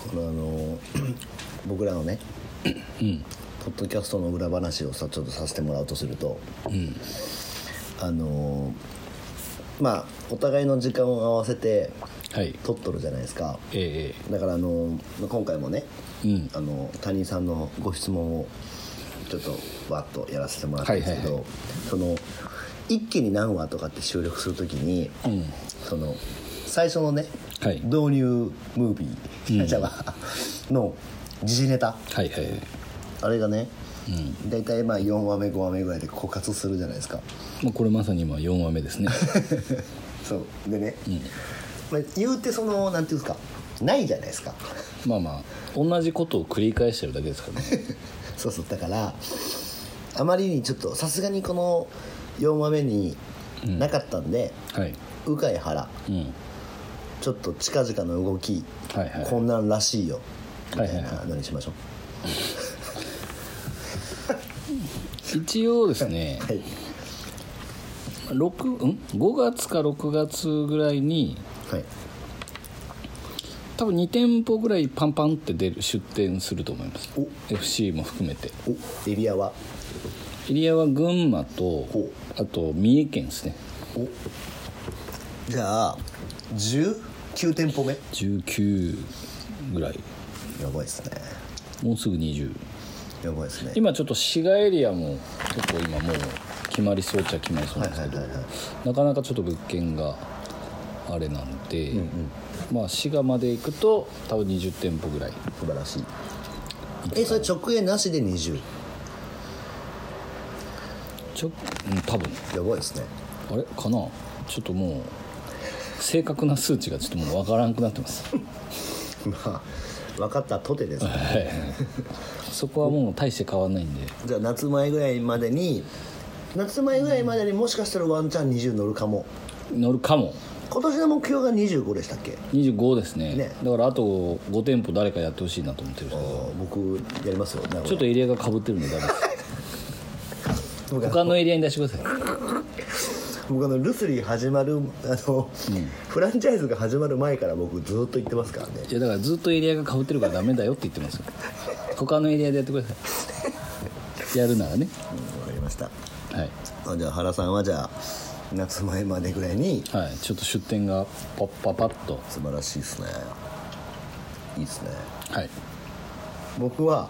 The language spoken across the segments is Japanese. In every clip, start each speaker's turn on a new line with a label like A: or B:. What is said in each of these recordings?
A: この僕らのね、ポッドキャストの裏話をちょっとさせてもらうとすると、まあお互いの時間を合わせて撮っとるじゃないですか、だから今回もね、谷さんのご質問をちょっとバッとやらせてもらったんですけど、その一気に何話とかって収録するときに、その最初のね、導入ムービー、の時事ネタ、あれがね、だいたいまあ4話目5話目ぐらいで枯渇するじゃないですか。
B: これまさに今4話目ですね
A: そうでね、言うてそのなんていうんですか、ないじゃないですか。
B: まあ同じことを繰り返してるだけですからね
A: そうだからあまりにちょっとさすがにこの4話目になかったんで、鵜飼原、ちょっと近々の動き、こんなんらしいよみたいなのにしましょ
B: う。一応ですね、5月か6月ぐらいに、多分2店舗ぐらいパンパンって出店すると思います。FC も含めて。
A: エリアは
B: 群馬とあと三重県ですね。
A: じゃあ19店舗目
B: 19ぐらい。
A: やばいですね。
B: もうすぐ20。
A: やばいですね。
B: 今ちょっと滋賀エリアも結構今もう決まりそうっちゃ決まりそうなんですけど、なかなかちょっと物件があれなんで、まあ滋賀まで行くと多分20店舗ぐらい。
A: 素晴らしい。それ直営なしで20？
B: 多分
A: やばいですね。
B: あれかな、ちょっともう正確な数値がちょっともう分からなくなってます
A: まあ分かったとてですね
B: そこはもう大して変わんないんで、
A: じゃあ夏前ぐらいまでにもしかしたらワンチャン20乗るかも。今年の目標が25でしたっけ
B: ？25ですね。だからあと5店舗誰かやってほしいなと思ってるんですけど、
A: 僕やりますよ。
B: ちょっとエリアが被ってるんでダメです他のエリアに出してください
A: 僕ルスリー始まるフランチャイズが始まる前から僕ずっと言ってますからね。
B: いやだからずっとエリアが被ってるからダメだよって言ってますよ他のエリアでやってくださいやるならね。
A: わかりました。じゃあ原さんはじゃあ夏前までぐらいに、
B: ちょっと出店がパッと。
A: 素晴らしいですね。いいですね。僕は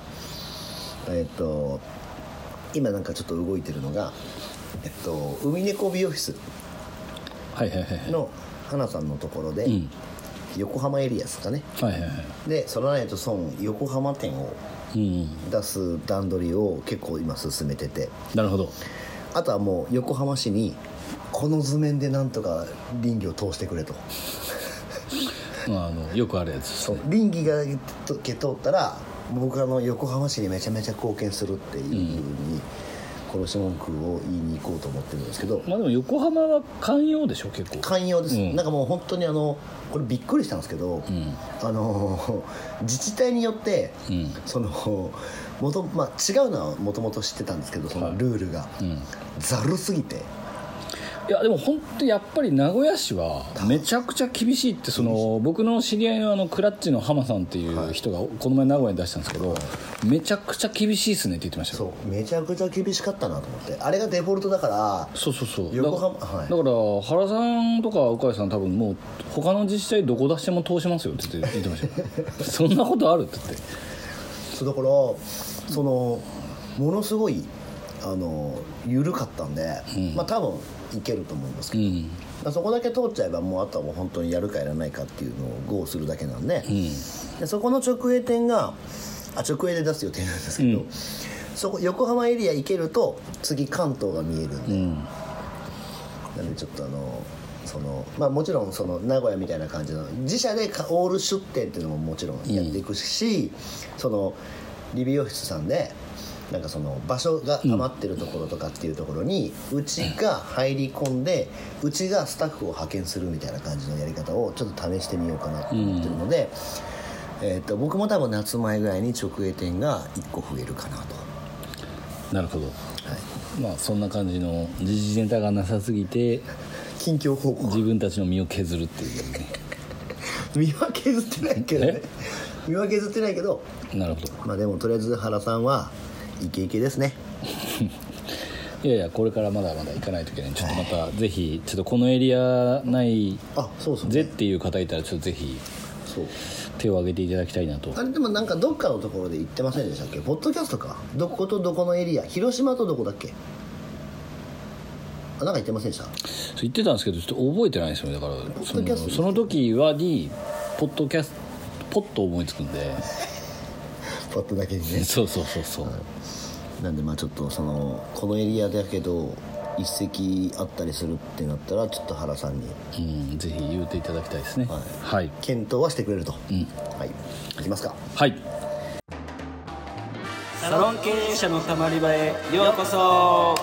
A: 今なんかちょっと動いてるのが海猫美容室の花さんのところで、横浜エリアですかね、でソラナイトソン横浜店を出す段取りを結構今進めてて、
B: なるほど。
A: あとはもう横浜市にこの図面でなんとか稟議を通してくれと
B: よくあるやつですね。
A: 稟議が通ったら僕横浜市にめちゃめちゃ貢献するっていう風に殺し文句を言いに行こうと思ってるんですけど、
B: でも横浜は寛容でしょ。結構
A: 寛容です、なんかもう本当にこれびっくりしたんですけど、自治体によって、その違うのはもともと知ってたんですけど、そのルールがざるすぎて、
B: いやでも本当やっぱり名古屋市はめちゃくちゃ厳しいって、僕の知り合いのクラッチの浜さんっていう人がこの前名古屋に出したんですけど、めちゃくちゃ厳しいっすねって言ってましたよ。
A: そうめちゃくちゃ厳しかったなと思って、あれがデフォルトだから。
B: そう
A: 横浜、
B: だから原さんとか鵜飼さん多分もう他の自治体どこ出しても通しますよって言ってましたよそんなことあるって言って。
A: そうだからものすごい緩かったんで、多分いけると思うんですけど、そこだけ通っちゃえばもうあとはもう本当にやるかやらないかっていうのをゴーするだけなんで、でそこの直営店が直営で出す予定なんですけど、そこ横浜エリア行けると次関東が見えるんで、なんでちょっともちろん名古屋みたいな感じの自社でオール出店っていうのももちろんやっていくし、理美容室さんでなんか場所が余ってるところとかっていうところにうちが入り込んで、うちがスタッフを派遣するみたいな感じのやり方をちょっと試してみようかなと思ってるので、僕も多分夏前ぐらいに直営店が1個増えるかなと。
B: なるほど。そんな感じの時事ネタがなさすぎて
A: 近況報告、
B: 自分たちの身を削るっていうね
A: 身は削ってないけどね。身は削ってないけど。
B: なるほど。
A: まあでもとりあえず原さんはイケイケですね。
B: いやいや、これからまだまだ行かないといけない。ちょっとまたぜひちょっとこのエリアないぜっていう方いたら、ちょっとぜひ手を挙げていただきたいなと。
A: あれでもなんかどっかのところで言ってませんでしたっけ、ポッドキャストか、どことどこのエリア、広島とどこだっけ、なんか言ってませんでした？
B: 言ってたんですけど、ちょっと覚えてないですよね。だからその時にポッドキャストポッと思いつくんで
A: ポットだけにね。
B: そう、
A: なんでまあちょっとこのエリアだけど一席あったりするってなったら、ちょっと原さんに
B: ぜひ言うていただきたいですね。はい、
A: 検討はしてくれると。はい、いきますか。
B: はい。
C: サロン経営者のたまり場へようこそ。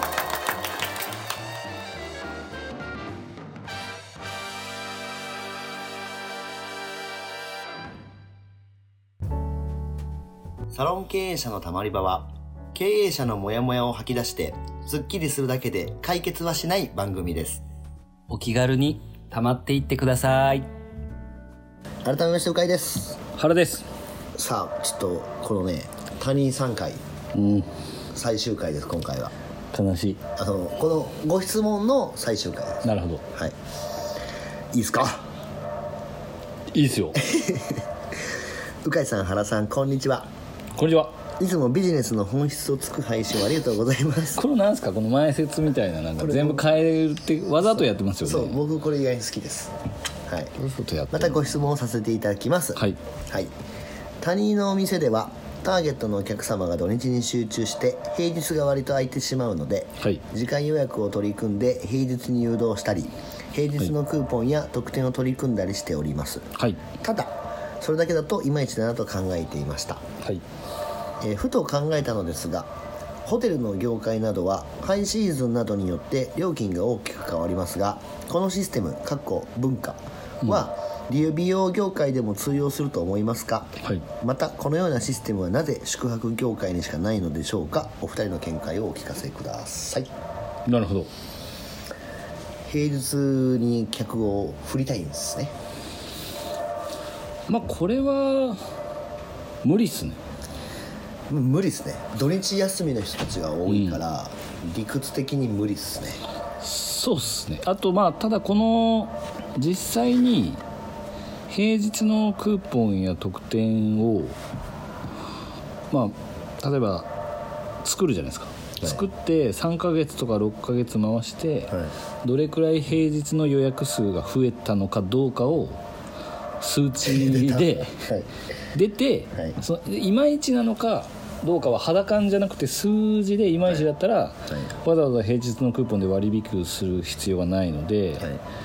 A: サロン経営者のたまり場は、経営者のモヤモヤを吐き出してスッキリするだけで解決はしない番組です。
C: お気軽にたまっていってください。
A: 改めまして、うかいです。
B: 原です。
A: さあちょっとこのね、他人3回、最終回です。今回は
B: 悲しい。
A: このご質問の最終回です。
B: なるほど。
A: はい、いいですか？
B: いいですよ。
A: うかいさん、原さん、こんにちは。
B: こんにちは。
A: いつもビジネスの本質をつく配信をありがとうございます。
B: これなんですか、この前説みたいな、なんか全部変えるってわざとやってますよね。
A: そう、僕これ意外に好きです。はい、またご質問をさせていただきます。
B: はい、
A: はい、他人のお店ではターゲットのお客様が土日に集中して平日が割と空いてしまうので、
B: はい、
A: 時間予約を取り組んで平日に誘導したり、平日のクーポンや特典を取り組んだりしております。
B: はい、
A: ただそれだけだといまいちだなと考えていました。
B: はい、
A: ふと考えたのですが、ホテルの業界などはハイシーズンなどによって料金が大きく変わりますが、このシステム文化は美容業界でも通用すると思いますか？
B: はい、ま
A: たこのようなシステムはなぜ宿泊業界にしかないのでしょうか？お二人の見解をお聞かせください。
B: なるほど。
A: 平日に客を振りたいんですね。
B: まあこれは無理っすね。
A: 無理っすね。土日休みの人たちが多いから、理屈的に無理っすね。
B: そうっすね。あとまあただこの実際に平日のクーポンや特典をまあ例えば作るじゃないですか。作って3ヶ月とか6ヶ月回して、どれくらい平日の予約数が増えたのかどうかを数値で出て、いまいちなのかどうかは肌感じゃなくて数字でいまいちだったら、わざわざ平日のクーポンで割引する必要がないので、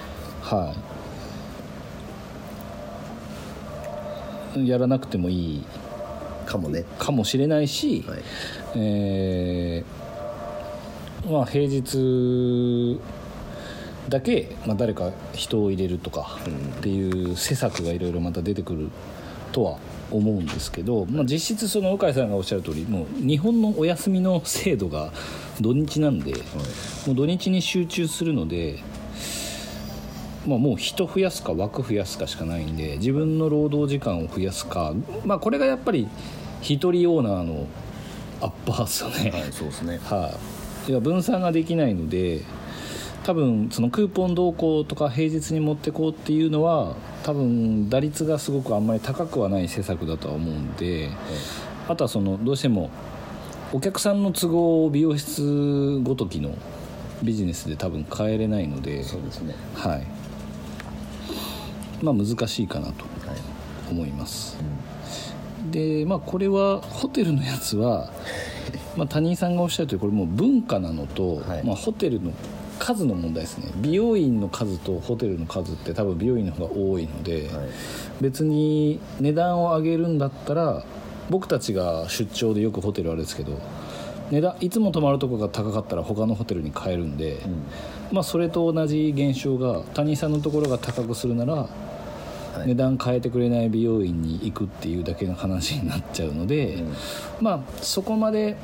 B: やらなくてもいいかもしれないし、まあ平日だけ、誰か人を入れるとかっていう施策がいろいろまた出てくるとは思うんですけど、実質その向井さんがおっしゃる通り、もう日本のお休みの制度が土日なんで、もう土日に集中するので、もう人増やすか枠増やすかしかないんで、自分の労働時間を増やすか、これがやっぱり一人オーナーのアッパーですよね。
A: そうですね。
B: いや分散ができないので、多分そのクーポン動向とか平日に持ってこうっていうのは多分打率がすごくあんまり高くはない施策だとは思うんで、あとはそのどうしてもお客さんの都合を美容室ごときのビジネスで多分変えれないので、
A: そうですね。
B: 難しいかなと思います。でこれはホテルのやつは他人さんがおっしゃるとおり、これもう文化なのと、ホテルの数の問題ですね。美容院の数とホテルの数って多分美容院の方が多いので、別に値段を上げるんだったら、僕たちが出張でよくホテルあるんですけど、値段いつも泊まるとこが高かったら他のホテルに変えるんで、それと同じ現象が他人さんのところが高くするなら、値段変えてくれない美容院に行くっていうだけの話になっちゃうので、そこまで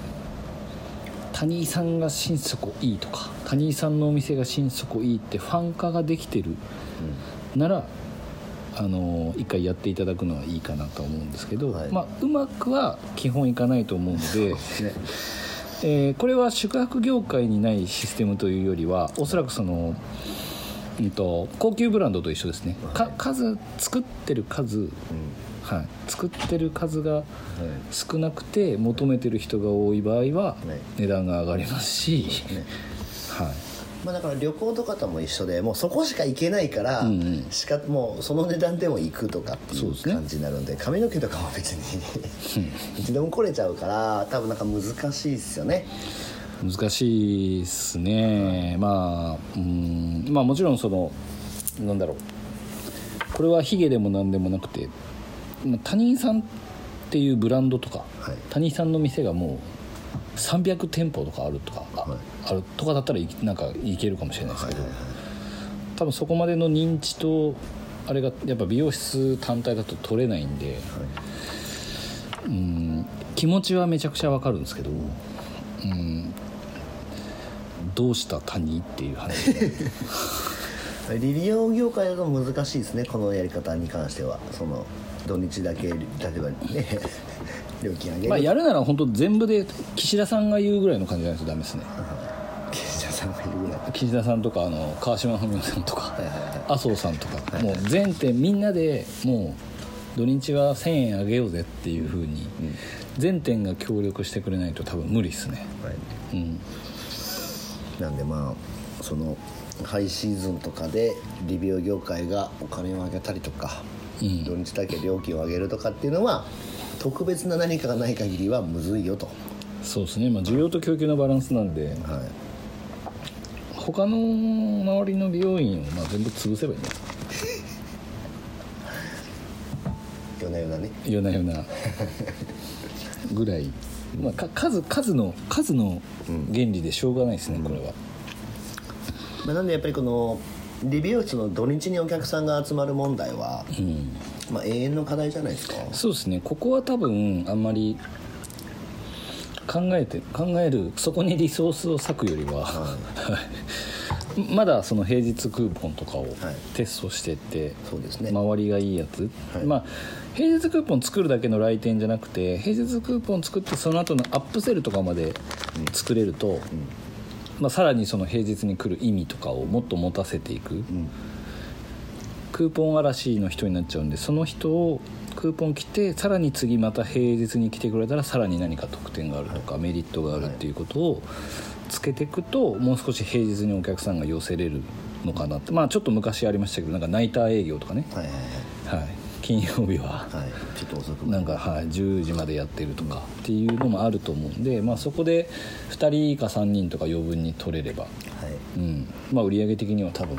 B: 谷井さんが心底いいとか、谷井さんのお店が心底いいってファン化ができてるなら一回やっていただくのはいいかなと思うんですけど、
A: はいう
B: まくは基本いかないと思うのでこれは宿泊業界にないシステムというよりはおそらくその、高級ブランドと一緒ですね、作ってる数、作ってる数が少なくて求めてる人が多い場合は値段が上がりますし、
A: だから旅行とかとも一緒でもうそこしか行けないから、もうその値段でも行くとかっていう感じになるんで、髪の毛とかも別にいつでも来れちゃうから多分なんか難しいですよね。
B: 難しいですね。もちろんそのなんだろう、これはヒゲでもなんでもなくて、他人さんっていうブランドとか、他人さんの店がもう300店舗とかあるとか、あるとかだったらなんかいけるかもしれないですけど、多分そこまでの認知とあれがやっぱ美容室単体だと取れないんで、気持ちはめちゃくちゃわかるんですけど、どうした谷っていう話
A: 理美容業界だと難しいですね、このやり方に関しては。その土日だけ例えばね料金上げる、
B: やるなら本当全部で岸田さんが言うぐらいの感じじゃないとダメですね。
A: 岸田さんが言うぐらい、
B: 岸田さんとか川島文雄さんとか、麻生さんとか、もう全店みんなでもう土日は1000円上げようぜっていう風に、全店が協力してくれないと多分無理ですね。
A: なんでそのハイシーズンとかで理美容業界がお金を上げたりとか、土日だけ料金を上げるとかっていうのは特別な何かがない限りはむずいよと。
B: そうですね、需要と供給のバランスなんで、他の周りの美容院を全部潰せばいいね夜な夜なぐらい、数の原理でしょうがないですね、これは。
A: なんでやっぱりこの理美容室の土日にお客さんが集まる問題は、永遠の課題じゃないですか。
B: そうですね、ここは多分あんまり考えるそこにリソースを割くよりは、まだその平日クーポンとかをテストしてって、
A: そうですね、
B: 周りがいいやつ、平日クーポン作るだけの来店じゃなくて、平日クーポン作ってその後のアップセルとかまで作れると、さらにその平日に来る意味とかをもっと持たせていく、クーポン嵐の人になっちゃうんで、その人をクーポン来てさらに次また平日に来てくれたらさらに何か特典があるとか、メリットがあるっていうことをつけていくと、もう少し平日にお客さんが寄せれるのかなって。ちょっと昔ありましたけど、なんかナイター営業とかね、金曜日は、
A: ちょっと遅く
B: なんか、10時までやってるとかっていうのもあると思うんで、そこで2人か3人とか余分に取れれば、売上的には多分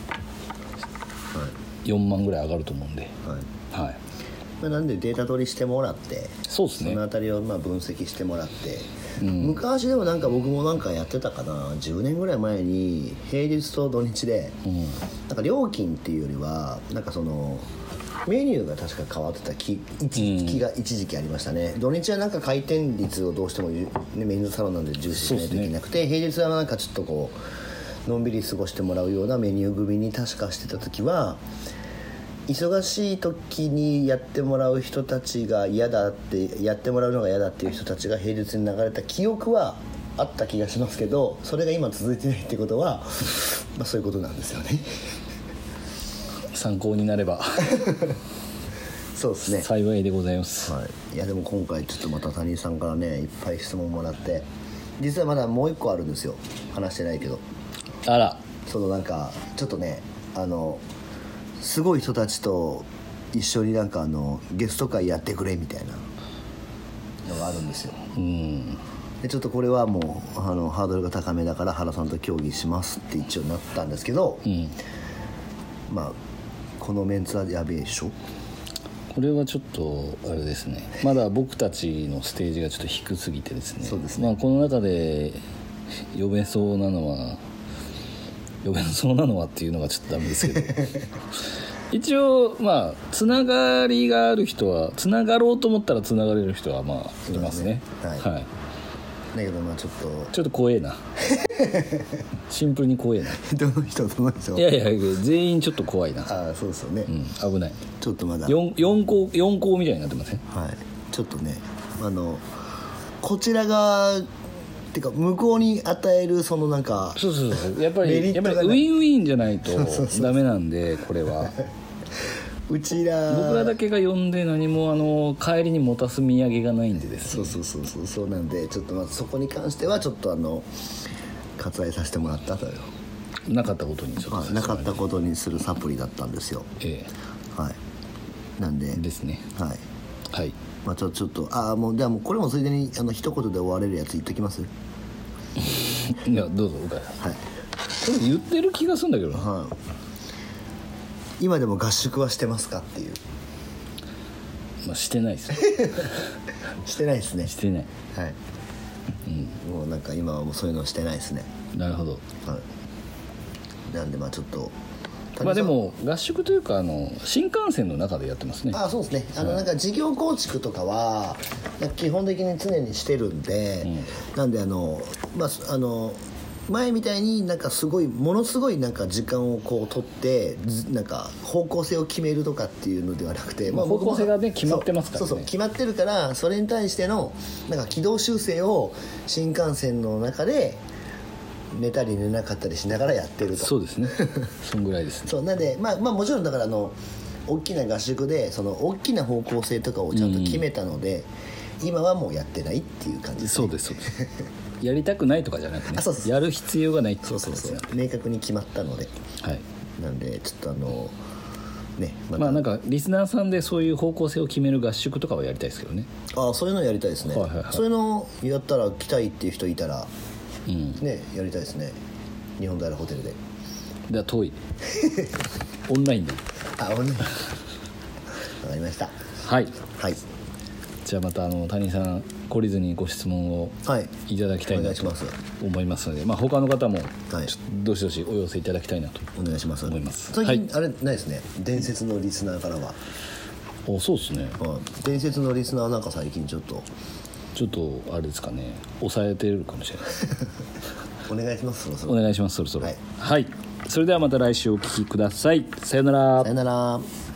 B: 4万ぐらい上がると思うんで、
A: なんでデータ取りしてもらって、
B: そうですね、
A: そのあたりを分析してもらって、昔でもなんか僕もなんかやってたかな、10年ぐらい前に平日と土日で、なんか料金っていうよりはなんかそのメニューが確か変わってた気が一時期ありましたね。土日はなんか回転率をどうしても、メンズサロンなんで重視しないといけなくて、平日はなんかちょっとこうのんびり過ごしてもらうようなメニュー組に確かしてた時は、忙しい時にやってもらう人たちが嫌だって、やってもらうのが嫌だっていう人たちが平日に流れた記憶はあった気がしますけど、それが今続いてないってことはそういうことなんですよね。
B: 参考になれば
A: そうですね、
B: 幸いでございます。
A: いやでも今回ちょっとまた谷井さんからねいっぱい質問もらって、実はまだもう一個あるんですよ、話してないけど。
B: あら、
A: そのなんかちょっとね、すごい人たちと一緒になんかゲスト会やってくれみたいなのがあるんですよ。でちょっとこれはもうハードルが高めだから原さんと協議しますって一応なったんですけど、このメンツはやべえでしょ。
B: これはちょっとあれですね、まだ僕たちのステージがちょっと低すぎてですね、
A: そうですね、
B: この中で呼べそうなのはっていうのがちょっとダメですけど一応つながりがある人は、つながろうと思ったらつながれる人はいますね。
A: だけどまあちょっと
B: 怖えなシンプルに怖えな
A: どの人
B: いや全員ちょっと怖いな。
A: ああそうですよね、
B: 危ない。
A: ちょっとまだ
B: 4校みたいになってません？
A: はいちょっとねこちら側ってか向こうに与えるそのなんか
B: そうやっぱりウィンウィンじゃないとダメなんでこれは僕らだけが呼んで何も帰りに持たす土産がないんでですね。
A: そうなんでちょっとまずそこに関してはちょっと割愛させてもらったという
B: なかったことにちょっと
A: なかったことにするサプリだったんですよ。はいなんで
B: ですね。はい
A: まあちょっともうじゃあもうこれもついでに一言で終われるやつ言っときます。
B: いやどうぞ岡谷さん。これ言ってる気がするんだけどな。
A: 今でも合宿はしてますかっていう。
B: まあしてないです
A: してないですね。
B: してない。
A: はい、もうなんか今はもうそういうのしてないですね。
B: なるほど。
A: なんでまあちょっと
B: でも合宿というか新幹線の中でやってますね。
A: そうですね。なんか事業構築とかは基本的に常にしてるんで、なんで前みたいになんかものすごいなんか時間をこう取ってなんか方向性を決めるとかっていうのではなくて、
B: 方向性がね決まってますからね。
A: そう決まってるからそれに対してのなんか軌道修正を新幹線の中で寝たり寝なかったりしながらやってると。
B: そうですねそんぐらいですね。
A: そうなんでまあもちろんだから大きな合宿でその大きな方向性とかをちゃんと決めたので、今はもうやってないっていう感じですね。
B: そうですやりたくないとかじゃなくて、ね、やる必要がないっていう感じですね。
A: 明確に決まったので、なんでちょっとね
B: なんかリスナーさんでそういう方向性を決める合宿とかはやりたいですけどね。
A: そういうのやりたいですね。そういうのやったら来たいっていう人いたらねやりたいですね。日本平ホテルで。
B: では遠いオンラインで。
A: オンラインわかりました。
B: はいじゃあまた谷さん懲りずにご質問をいただきたいなと思いますので、他の方もどしどしお寄せいただきたいなと
A: お願いします。
B: 思います。
A: 最近あれないですね。伝説のリスナーからは。
B: そうですね。
A: 伝説のリスナーなんか最近ちょっと
B: あれですかね、抑えてるかもしれない
A: お願いします。
B: お願いします。そろそろはい、それではまた来週お聞きください。さよなら。
A: さよなら。